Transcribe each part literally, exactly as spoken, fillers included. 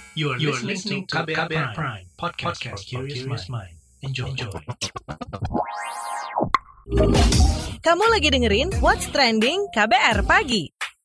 You are listening to K B R Prime, podcast for curious mind. Enjoy. Enjoy. Kamu lagi dengerin What's Trending K B R Pagi.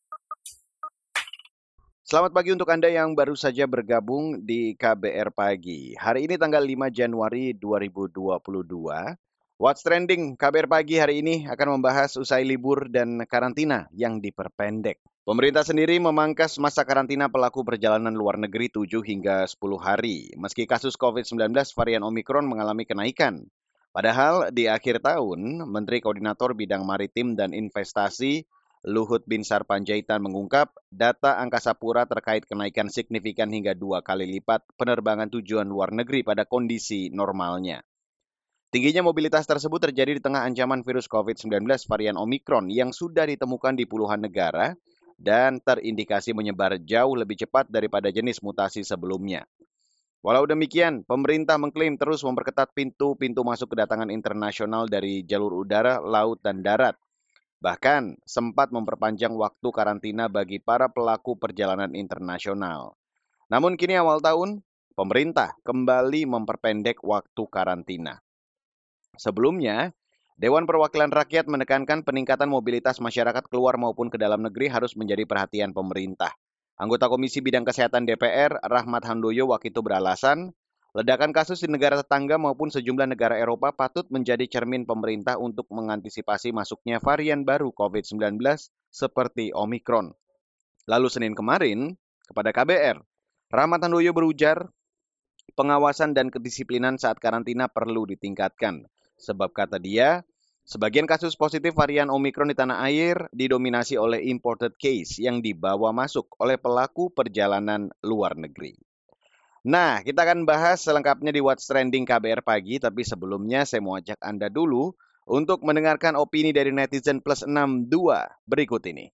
Selamat pagi untuk Anda yang baru saja bergabung di K B R Pagi. Hari ini tanggal lima Januari dua ribu dua puluh dua. What's Trending K B R Pagi hari ini akan membahas usai libur dan karantina yang diperpendek. Pemerintah sendiri memangkas masa karantina pelaku perjalanan luar negeri tujuh hingga sepuluh hari, meski kasus covid sembilan belas varian Omikron mengalami kenaikan. Padahal di akhir tahun, Menteri Koordinator Bidang Maritim dan Investasi Luhut Binsar Panjaitan mengungkap data Angkasa Pura terkait kenaikan signifikan hingga dua kali lipat penerbangan tujuan luar negeri pada kondisi normalnya. Tingginya mobilitas tersebut terjadi di tengah ancaman virus covid sembilan belas varian Omikron yang sudah ditemukan di puluhan negara dan terindikasi menyebar jauh lebih cepat daripada jenis mutasi sebelumnya. Walau demikian, pemerintah mengklaim terus memperketat pintu-pintu masuk kedatangan internasional dari jalur udara, laut, dan darat. Bahkan sempat memperpanjang waktu karantina bagi para pelaku perjalanan internasional. Namun kini awal tahun, pemerintah kembali memperpendek waktu karantina. Sebelumnya, Dewan Perwakilan Rakyat menekankan peningkatan mobilitas masyarakat keluar maupun ke dalam negeri harus menjadi perhatian pemerintah. Anggota Komisi Bidang Kesehatan D P R, Rahmat Handoyo Wakitu beralasan, ledakan kasus di negara tetangga maupun sejumlah negara Eropa patut menjadi cermin pemerintah untuk mengantisipasi masuknya varian baru covid sembilan belas seperti Omikron. Lalu Senin kemarin, kepada K B R, Rahmat Handoyo berujar, pengawasan dan kedisiplinan saat karantina perlu ditingkatkan. Sebab kata dia, sebagian kasus positif varian Omikron di tanah air didominasi oleh imported case yang dibawa masuk oleh pelaku perjalanan luar negeri. Nah, kita akan bahas selengkapnya di What's Trending K B R Pagi, tapi sebelumnya saya mau ajak Anda dulu untuk mendengarkan opini dari netizen plus enam dua berikut ini.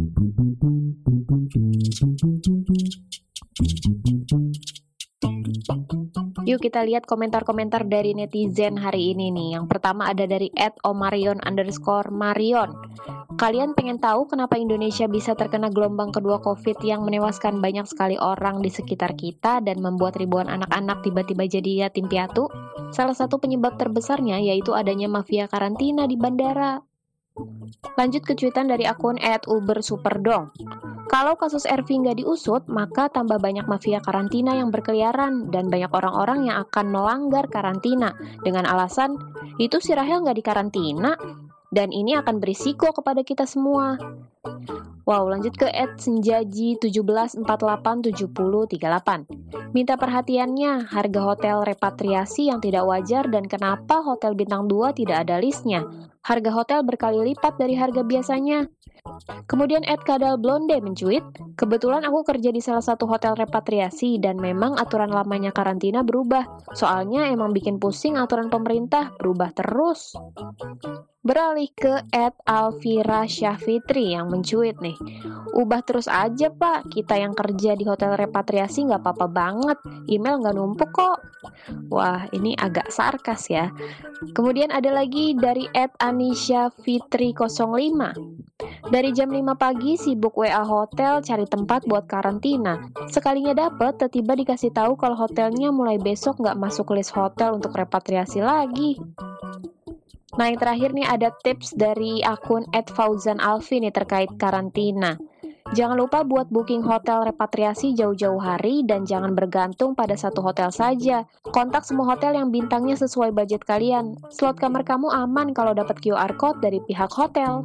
Yuk kita lihat komentar-komentar dari netizen hari ini nih. Yang pertama ada dari et omarion underscore marion. Kalian pengen tahu kenapa Indonesia bisa terkena gelombang kedua COVID yang menewaskan banyak sekali orang di sekitar kita dan membuat ribuan anak-anak tiba-tiba jadi yatim piatu? Salah satu penyebab terbesarnya yaitu adanya mafia karantina di bandara. Lanjut ke cuitan dari akun et ubersuperdong. Kalau kasus R V nggak diusut, maka tambah banyak mafia karantina yang berkeliaran dan banyak orang-orang yang akan melanggar karantina dengan alasan, itu si Rahel nggak dikarantina dan ini akan berisiko kepada kita semua. Wow, lanjut ke et senjaji tujuh belas empat delapan tujuh nol tiga delapan. Minta perhatiannya, harga hotel repatriasi yang tidak wajar dan kenapa hotel bintang dua tidak ada listnya. Harga hotel berkali lipat dari harga biasanya. Kemudian et kadal blonde mencuit, kebetulan aku kerja di salah satu hotel repatriasi dan memang aturan lamanya karantina berubah. Soalnya emang bikin pusing aturan pemerintah, berubah terus. Beralih ke et Alvira Syafitri yang mencuit nih, ubah terus aja pak, kita yang kerja di hotel repatriasi nggak apa-apa banget, email nggak numpuk kok. Wah, ini agak sarkas ya. Kemudian ada lagi dari et Anisha Fitri nol lima. Dari jam lima pagi sibuk W A hotel cari tempat buat karantina. Sekalinya dapet, tiba-tiba dikasih tahu kalau hotelnya mulai besok nggak masuk list hotel untuk repatriasi lagi. Nah, yang terakhir nih ada tips dari akun et fauzan alfi nih terkait karantina. Jangan lupa buat booking hotel repatriasi jauh-jauh hari dan jangan bergantung pada satu hotel saja. Kontak semua hotel yang bintangnya sesuai budget kalian. Slot kamar kamu aman kalau dapat Q R code dari pihak hotel.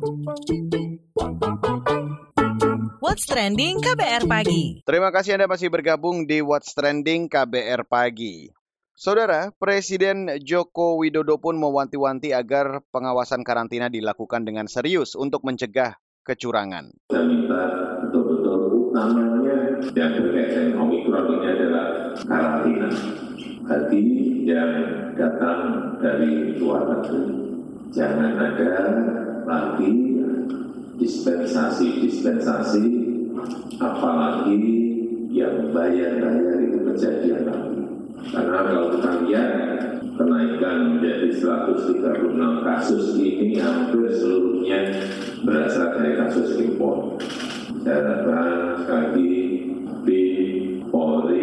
What's Trending K B R Pagi. Terima kasih Anda masih bergabung di What's Trending K B R Pagi. Saudara, Presiden Joko Widodo pun mewanti-wanti agar pengawasan karantina dilakukan dengan serius untuk mencegah kecurangan. Saya minta betul-betul utamanya yang berkaitan dengan Omikron ini adalah karantina. Bagi yang datang dari luar negeri, jangan ada lagi dispensasi-dispensasi, apalagi yang bayar-bayar itu kejadian lagi. Karena kalau kita lihat kenaikan menjadi seratus tiga puluh enam kasus ini hampir seluruhnya berasal dari kasus impor. Saya harapkan sekali lagi B I N, Polri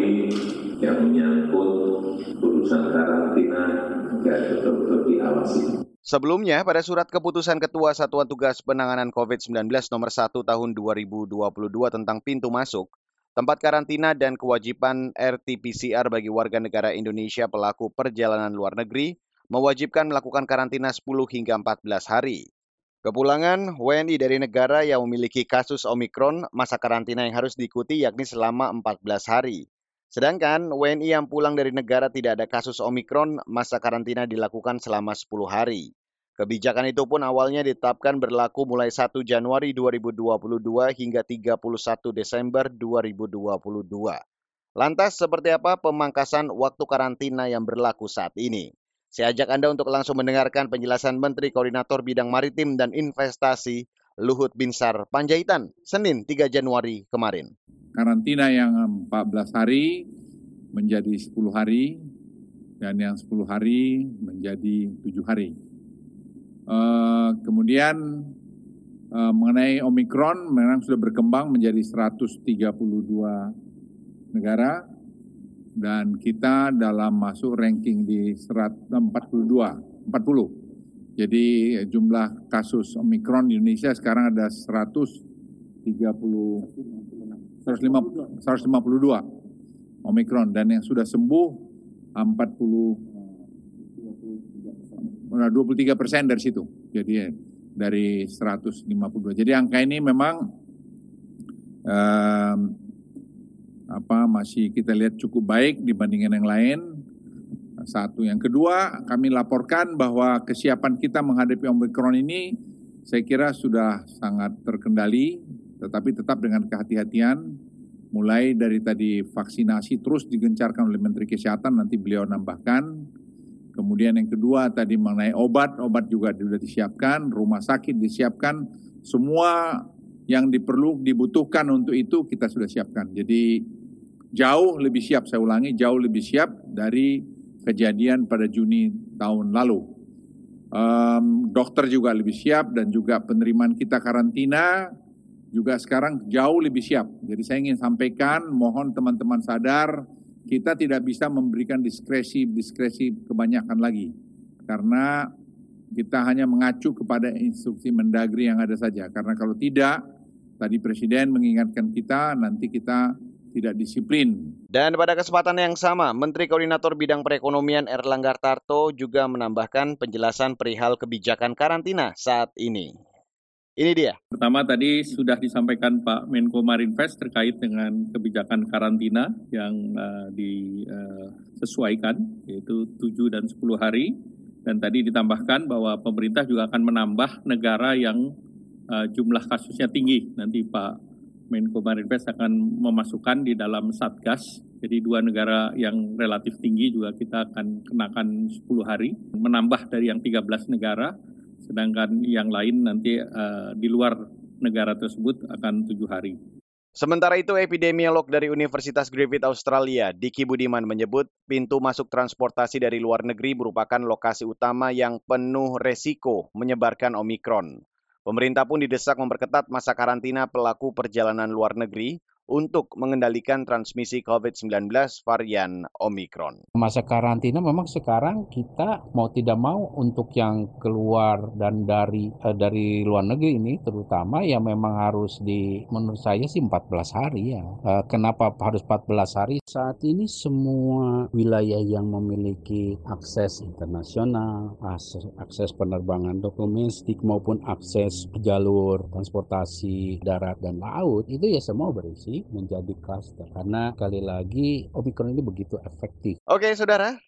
lagi yang menyangkut urusan karantina agar betul-betul diawasi. Sebelumnya, pada surat keputusan Ketua Satuan Tugas Penanganan covid sembilan belas nomor satu tahun dua ribu dua puluh dua tentang pintu masuk, tempat karantina dan kewajiban R T P C R bagi warga negara Indonesia pelaku perjalanan luar negeri mewajibkan melakukan karantina sepuluh hingga empat belas hari. Kepulangan W N I dari negara yang memiliki kasus Omikron, masa karantina yang harus diikuti yakni selama empat belas hari. Sedangkan W N I yang pulang dari negara tidak ada kasus Omikron, masa karantina dilakukan selama sepuluh hari. Kebijakan itu pun awalnya ditetapkan berlaku mulai satu Januari dua ribu dua puluh dua hingga tiga puluh satu Desember dua ribu dua puluh dua. Lantas, seperti apa pemangkasan waktu karantina yang berlaku saat ini? Saya ajak Anda untuk langsung mendengarkan penjelasan Menteri Koordinator Bidang Maritim dan Investasi Luhut Binsar Panjaitan, Senin tiga Januari kemarin. Karantina yang empat belas hari menjadi sepuluh hari dan yang sepuluh hari menjadi tujuh hari. Uh, kemudian uh, mengenai Omikron memang sudah berkembang menjadi seratus tiga puluh dua negara dan kita dalam masuk ranking di seratus empat puluh dua, empat puluh. Jadi jumlah kasus Omikron di Indonesia sekarang ada seratus tiga puluh seratus lima puluh dua Omikron dan yang sudah sembuh empat puluh dua puluh tiga persen dari situ. Jadi dari seratus lima puluh dua. Jadi angka ini memang um, apa masih kita lihat cukup baik dibandingkan yang lain. Satu, yang kedua, kami laporkan bahwa kesiapan kita menghadapi Omikron ini saya kira sudah sangat terkendali. Tetapi tetap dengan kehati-hatian, mulai dari tadi vaksinasi terus digencarkan oleh Menteri Kesehatan, nanti beliau nambahkan. Kemudian yang kedua tadi mengenai obat, obat juga sudah disiapkan, rumah sakit disiapkan, semua yang diperlu dibutuhkan untuk itu kita sudah siapkan. Jadi jauh lebih siap, saya ulangi, jauh lebih siap dari kejadian pada Juni tahun lalu. Um, dokter juga lebih siap dan juga penerimaan kita karantina juga sekarang jauh lebih siap. Jadi saya ingin sampaikan, mohon teman-teman sadar, kita tidak bisa memberikan diskresi-diskresi kebanyakan lagi. Karena kita hanya mengacu kepada instruksi Mendagri yang ada saja. Karena kalau tidak, tadi Presiden mengingatkan kita, nanti kita tidak disiplin. Dan pada kesempatan yang sama, Menteri Koordinator Bidang Perekonomian Erlangga Hartarto juga menambahkan penjelasan perihal kebijakan karantina saat ini. Ini dia. Pertama tadi sudah disampaikan Pak Menko Marinvest terkait dengan kebijakan karantina yang uh, disesuaikan, uh, yaitu tujuh dan sepuluh hari. Dan tadi ditambahkan bahwa pemerintah juga akan menambah negara yang uh, jumlah kasusnya tinggi. Nanti Pak Menko Marinvest akan memasukkan di dalam Satgas. Jadi dua negara yang relatif tinggi juga kita akan kenakan sepuluh hari. Menambah dari yang tiga belas negara. Sedangkan yang lain nanti uh, di luar negara tersebut akan tujuh hari. Sementara itu, epidemiolog dari Universitas Griffith Australia, Diki Budiman menyebut pintu masuk transportasi dari luar negeri merupakan lokasi utama yang penuh resiko menyebarkan Omikron. Pemerintah pun didesak memperketat masa karantina pelaku perjalanan luar negeri untuk mengendalikan transmisi covid sembilan belas varian Omikron. Masa karantina memang sekarang kita mau tidak mau untuk yang keluar dan dari eh, dari luar negeri ini terutama ya memang harus di menurut saya sih empat belas hari ya. Eh, kenapa harus empat belas hari? Saat ini semua wilayah yang memiliki akses internasional, akses, akses penerbangan domestik maupun akses jalur transportasi darat dan laut itu ya semua berisi menjadi kluster karena sekali lagi Omikron ini begitu efektif. Oke, saudara.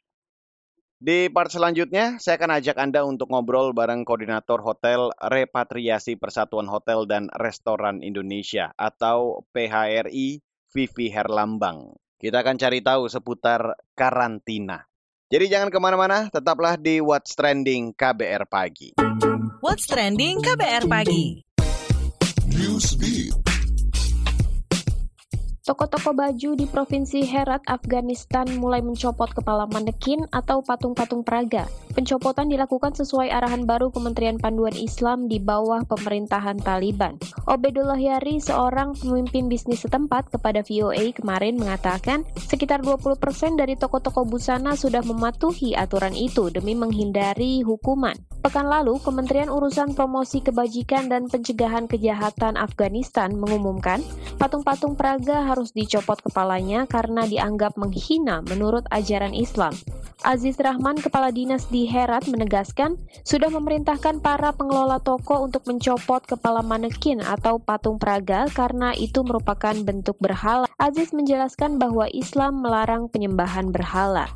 Di part selanjutnya, saya akan ajak Anda untuk ngobrol bareng Koordinator Hotel Repatriasi Persatuan Hotel dan Restoran Indonesia atau P H R I, Vivi Herlambang. Kita akan cari tahu seputar karantina. Jadi jangan kemana-mana, tetaplah di What's Trending K B R Pagi. What's Trending K B R Pagi. Newsbeat. Toko-toko baju di Provinsi Herat, Afghanistan mulai mencopot kepala manekin atau patung-patung peraga. Pencopotan dilakukan sesuai arahan baru Kementerian Panduan Islam di bawah pemerintahan Taliban. Obedullah Yari, seorang pemimpin bisnis setempat, kepada V O A kemarin mengatakan sekitar dua puluh persen dari toko-toko busana sudah mematuhi aturan itu demi menghindari hukuman. Pekan lalu, Kementerian Urusan Promosi Kebajikan dan Pencegahan Kejahatan Afghanistan mengumumkan patung-patung peraga harus dicopot kepalanya karena dianggap menghina menurut ajaran Islam. Aziz Rahman, Kepala Dinas di Herat, menegaskan sudah memerintahkan para pengelola toko untuk mencopot kepala manekin atau patung peraga karena itu merupakan bentuk berhala. Aziz menjelaskan bahwa Islam melarang penyembahan berhala.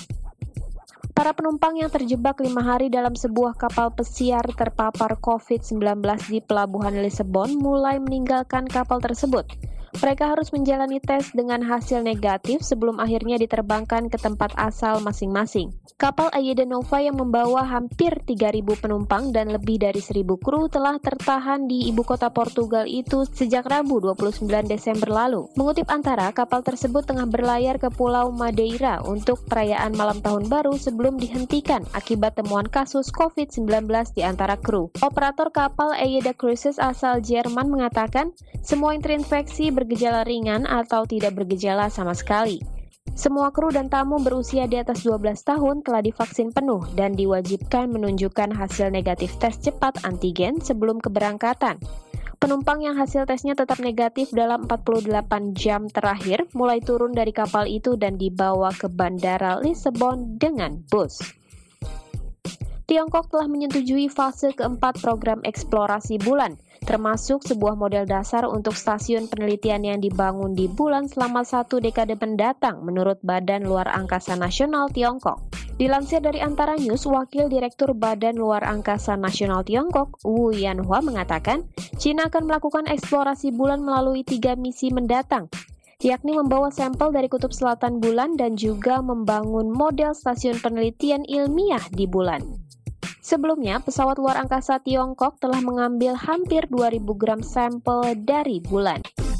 Para penumpang yang terjebak lima hari dalam sebuah kapal pesiar terpapar covid sembilan belas di Pelabuhan Lisbon mulai meninggalkan kapal tersebut. Mereka harus menjalani tes dengan hasil negatif sebelum akhirnya diterbangkan ke tempat asal masing-masing. Kapal Aida Nova yang membawa hampir tiga ribu penumpang dan lebih dari seribu kru telah tertahan di ibu kota Portugal itu sejak Rabu dua puluh sembilan Desember lalu. Mengutip Antara, kapal tersebut tengah berlayar ke Pulau Madeira untuk perayaan malam tahun baru sebelum dihentikan akibat temuan kasus covid sembilan belas di antara kru. Operator kapal Aida Cruises asal Jerman mengatakan semua yang terinfeksi bergejala ringan atau tidak bergejala sama sekali. Semua kru dan tamu berusia di atas dua belas tahun telah divaksin penuh dan diwajibkan menunjukkan hasil negatif tes cepat antigen sebelum keberangkatan. Penumpang yang hasil tesnya tetap negatif dalam empat puluh delapan jam terakhir mulai turun dari kapal itu dan dibawa ke Bandara Lisbon dengan bus. Tiongkok telah menyetujui fase keempat program eksplorasi bulan, termasuk sebuah model dasar untuk stasiun penelitian yang dibangun di bulan selama satu dekade mendatang menurut Badan Luar Angkasa Nasional Tiongkok. Dilansir dari Antara News, Wakil Direktur Badan Luar Angkasa Nasional Tiongkok, Wu Yanhua, mengatakan China akan melakukan eksplorasi bulan melalui tiga misi mendatang, yakni membawa sampel dari kutub selatan bulan dan juga membangun model stasiun penelitian ilmiah di bulan. Sebelumnya, pesawat luar angkasa Tiongkok telah mengambil hampir dua ribu gram sampel dari bulan.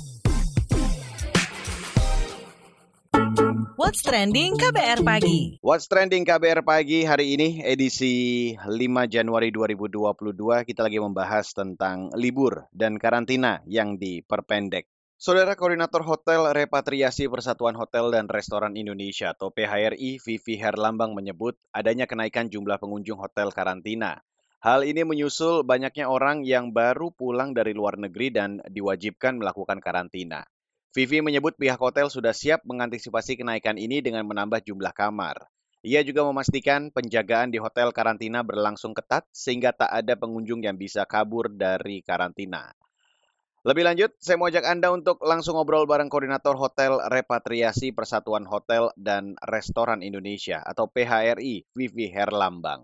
What's Trending K B R Pagi. What's Trending K B R Pagi hari ini edisi lima Januari dua ribu dua puluh dua, kita lagi membahas tentang libur dan karantina yang diperpendek. Saudara Koordinator Hotel Repatriasi Persatuan Hotel dan Restoran Indonesia atau P H R I, Vivi Herlambang menyebut adanya kenaikan jumlah pengunjung hotel karantina. Hal ini menyusul banyaknya orang yang baru pulang dari luar negeri dan diwajibkan melakukan karantina. Vivi menyebut pihak hotel sudah siap mengantisipasi kenaikan ini dengan menambah jumlah kamar. Ia juga memastikan penjagaan di hotel karantina berlangsung ketat sehingga tak ada pengunjung yang bisa kabur dari karantina. Lebih lanjut, saya mau ajak Anda untuk langsung ngobrol bareng Koordinator Hotel Repatriasi Persatuan Hotel dan Restoran Indonesia atau P H R I, Vivi Herlambang.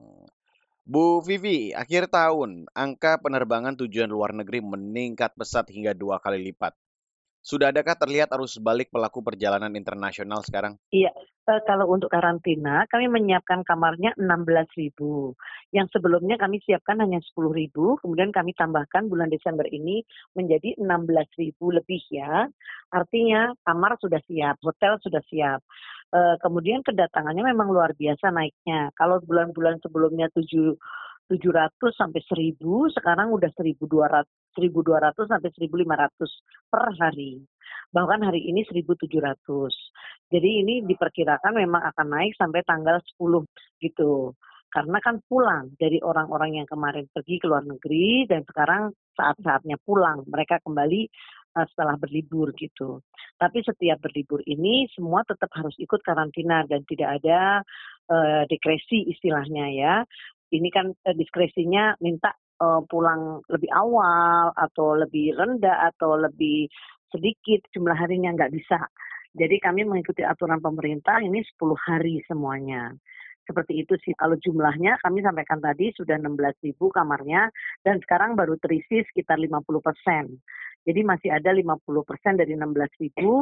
Bu Vivi, akhir tahun, angka penerbangan tujuan luar negeri meningkat pesat hingga dua kali lipat. Sudah adakah terlihat arus balik pelaku perjalanan internasional sekarang? Iya, eh, kalau untuk karantina kami menyiapkan kamarnya enam belas ribu. Yang sebelumnya kami siapkan hanya sepuluh ribu, kemudian kami tambahkan bulan Desember ini menjadi enam belas ribu lebih ya. Artinya kamar sudah siap, hotel sudah siap. Eh, kemudian kedatangannya memang luar biasa naiknya. Kalau bulan-bulan sebelumnya tujuh ratus sampai seribu, sekarang udah seribu dua ratus sampai seribu lima ratus per hari. Bahkan hari ini seribu tujuh ratus. Jadi ini diperkirakan memang akan naik sampai tanggal sepuluh gitu. Karena kan pulang dari orang-orang yang kemarin pergi ke luar negeri dan sekarang saat-saatnya pulang. Mereka kembali uh, setelah berlibur gitu. Tapi setiap berlibur ini semua tetap harus ikut karantina dan tidak ada uh, diskresi istilahnya ya. Ini kan uh, diskresinya minta uh, pulang lebih awal atau lebih rendah atau lebih sedikit jumlah harinya nggak bisa. Jadi kami mengikuti aturan pemerintah ini sepuluh hari semuanya. Seperti itu sih. Kalau jumlahnya kami sampaikan tadi sudah enam belas ribu kamarnya dan sekarang baru terisi sekitar lima puluh persen. Jadi masih ada lima puluh persen dari enam belas ribu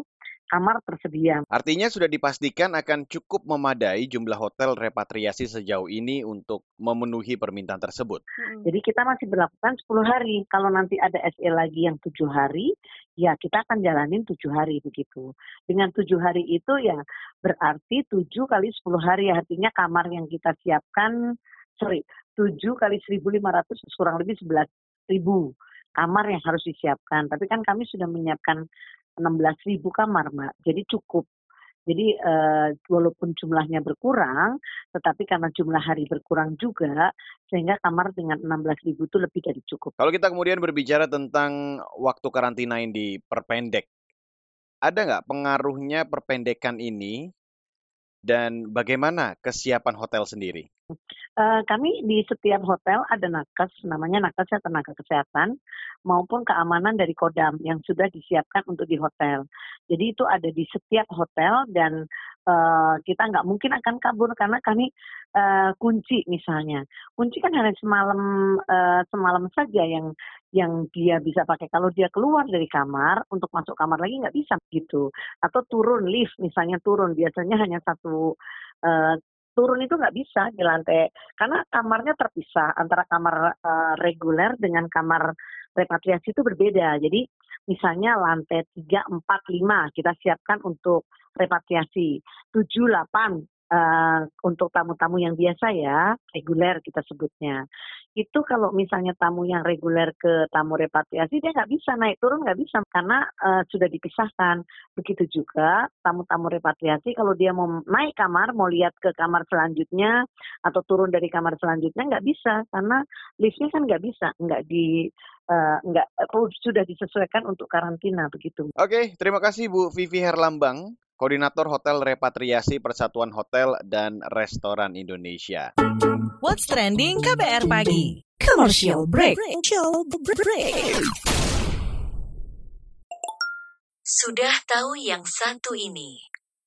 kamar tersedia. Artinya sudah dipastikan akan cukup memadai jumlah hotel repatriasi sejauh ini untuk memenuhi permintaan tersebut. Jadi kita masih berlakukan sepuluh hari. Kalau nanti ada S E lagi yang tujuh hari, ya kita akan jalanin tujuh hari begitu. Dengan tujuh hari itu ya berarti tujuh kali sepuluh hari, artinya kamar yang kita siapkan, sorry, tujuh kali seribu lima ratus kurang lebih sebelas ribu kamar yang harus disiapkan. Tapi kan kami sudah menyiapkan enam belas ribu kamar, Mbak. Jadi cukup. Jadi eh, walaupun jumlahnya berkurang, tetapi karena jumlah hari berkurang juga, sehingga kamar dengan enam belas ribu itu lebih dari cukup. Kalau kita kemudian berbicara tentang waktu karantina yang diperpendek, ada nggak pengaruhnya perpendekan ini dan bagaimana kesiapan hotel sendiri? Uh, kami di setiap hotel ada nakes, namanya nakesnya tenaga kesehatan, maupun keamanan dari Kodam yang sudah disiapkan untuk di hotel. Jadi itu ada di setiap hotel dan uh, kita nggak mungkin akan kabur karena kami uh, kunci misalnya. Kunci kan hanya semalam uh, semalam saja yang yang dia bisa pakai. Kalau dia keluar dari kamar untuk masuk kamar lagi nggak bisa gitu. Atau turun lift misalnya turun biasanya hanya satu uh, turun itu nggak bisa di lantai karena kamarnya terpisah antara kamar uh, reguler dengan kamar repatriasi itu berbeda. Jadi misalnya lantai tiga, empat, lima kita siapkan untuk repatriasi, tujuh, delapan uh, untuk tamu-tamu yang biasa ya, reguler kita sebutnya. Itu kalau misalnya tamu yang reguler ke tamu repatriasi dia nggak bisa naik turun nggak bisa karena uh, sudah dipisahkan. Begitu juga tamu-tamu repatriasi kalau dia mau naik kamar mau lihat ke kamar selanjutnya atau turun dari kamar selanjutnya nggak bisa karena liftnya kan nggak bisa nggak di uh, nggak uh, sudah disesuaikan untuk karantina begitu. Oke, terima kasih Bu Vivi Herlambang, Koordinator Hotel Repatriasi Persatuan Hotel dan Restoran Indonesia. What's Trending K B R Pagi. Commercial break. Commercial break. Sudah tahu yang satu ini?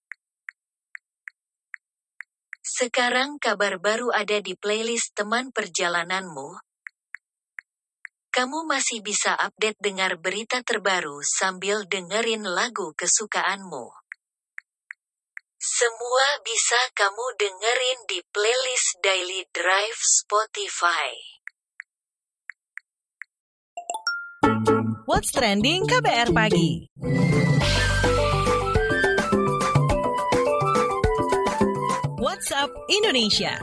Sekarang kabar baru ada di playlist teman perjalananmu. Kamu masih bisa update dengar berita terbaru sambil dengerin lagu kesukaanmu. Semua bisa kamu dengerin di playlist Daily Drive Spotify. What's Trending K B R Pagi. WhatsApp Indonesia.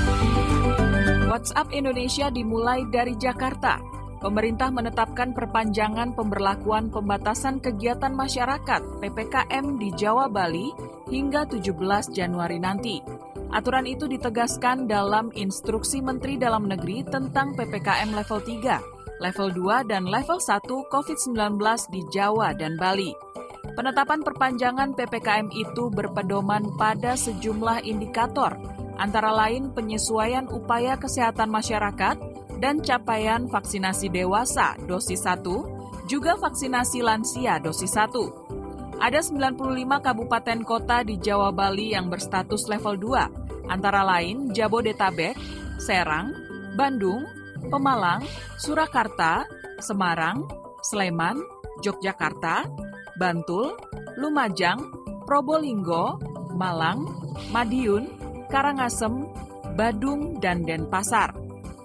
WhatsApp Indonesia dimulai dari Jakarta. Pemerintah menetapkan perpanjangan pemberlakuan pembatasan kegiatan masyarakat P P K M di Jawa Bali hingga tujuh belas Januari nanti. Aturan itu ditegaskan dalam Instruksi Menteri Dalam Negeri tentang P P K M level tiga, level dua, dan level satu covid sembilan belas di Jawa dan Bali. Penetapan perpanjangan P P K M itu berpedoman pada sejumlah indikator, antara lain penyesuaian upaya kesehatan masyarakat dan capaian vaksinasi dewasa dosis satu, juga vaksinasi lansia dosis satu. Ada sembilan puluh lima kabupaten kota di Jawa Bali yang berstatus level dua, antara lain Jabodetabek, Serang, Bandung, Pemalang, Surakarta, Semarang, Sleman, Yogyakarta, Bantul, Lumajang, Probolinggo, Malang, Madiun, Karangasem, Badung, dan Denpasar.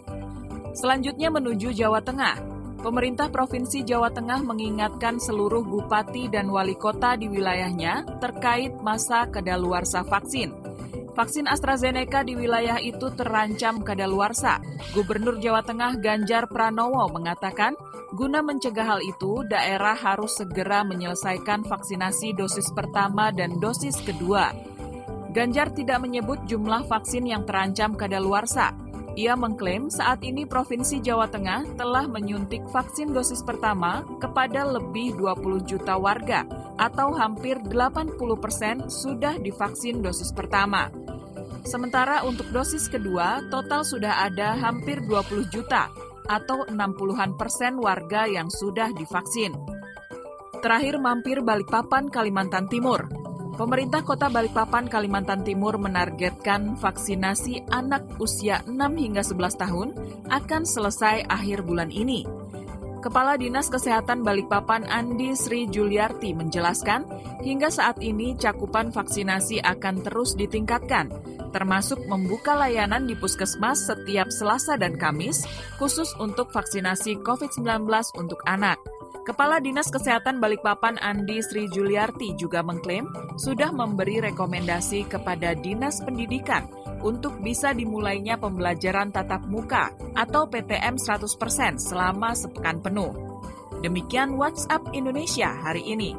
Selanjutnya menuju Jawa Tengah. Pemerintah Provinsi Jawa Tengah mengingatkan seluruh bupati dan wali kota di wilayahnya terkait masa kadaluarsa vaksin. Vaksin AstraZeneca di wilayah itu terancam kadaluarsa. Gubernur Jawa Tengah Ganjar Pranowo mengatakan, guna mencegah hal itu, daerah harus segera menyelesaikan vaksinasi dosis pertama dan dosis kedua. Ganjar tidak menyebut jumlah vaksin yang terancam kadaluarsa. Ia mengklaim saat ini Provinsi Jawa Tengah telah menyuntik vaksin dosis pertama kepada lebih dua puluh juta warga atau hampir delapan puluh persen sudah divaksin dosis pertama. Sementara untuk dosis kedua, total sudah ada hampir dua puluh juta atau enam puluhan persen warga yang sudah divaksin. Terakhir mampir Balikpapan, Kalimantan Timur. Pemerintah Kota Balikpapan, Kalimantan Timur menargetkan vaksinasi anak usia enam hingga sebelas tahun akan selesai akhir bulan ini. Kepala Dinas Kesehatan Balikpapan Andi Sri Juliarti menjelaskan, hingga saat ini cakupan vaksinasi akan terus ditingkatkan, termasuk membuka layanan di puskesmas setiap Selasa dan Kamis, khusus untuk vaksinasi covid sembilan belas untuk anak. Kepala Dinas Kesehatan Balikpapan Andi Sri Juliarti juga mengklaim sudah memberi rekomendasi kepada Dinas Pendidikan untuk bisa dimulainya pembelajaran tatap muka atau P T M seratus persen selama sepekan penuh. Demikian WhatsApp Indonesia hari ini.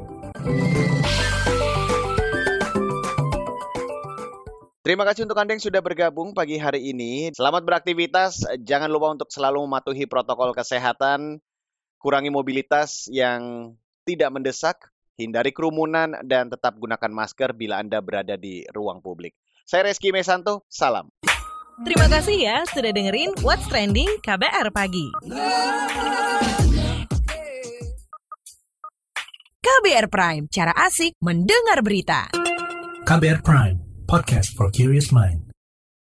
Terima kasih untuk Anda yang sudah bergabung pagi hari ini. Selamat beraktivitas, jangan lupa untuk selalu mematuhi protokol kesehatan, kurangi mobilitas yang tidak mendesak, hindari kerumunan, dan tetap gunakan masker bila Anda berada di ruang publik. Saya Reski Mesanto, salam. Terima kasih ya sudah dengerin What's Trending K B R Pagi. K B R Prime, cara asik mendengar berita. K B R Prime, podcast for curious mind.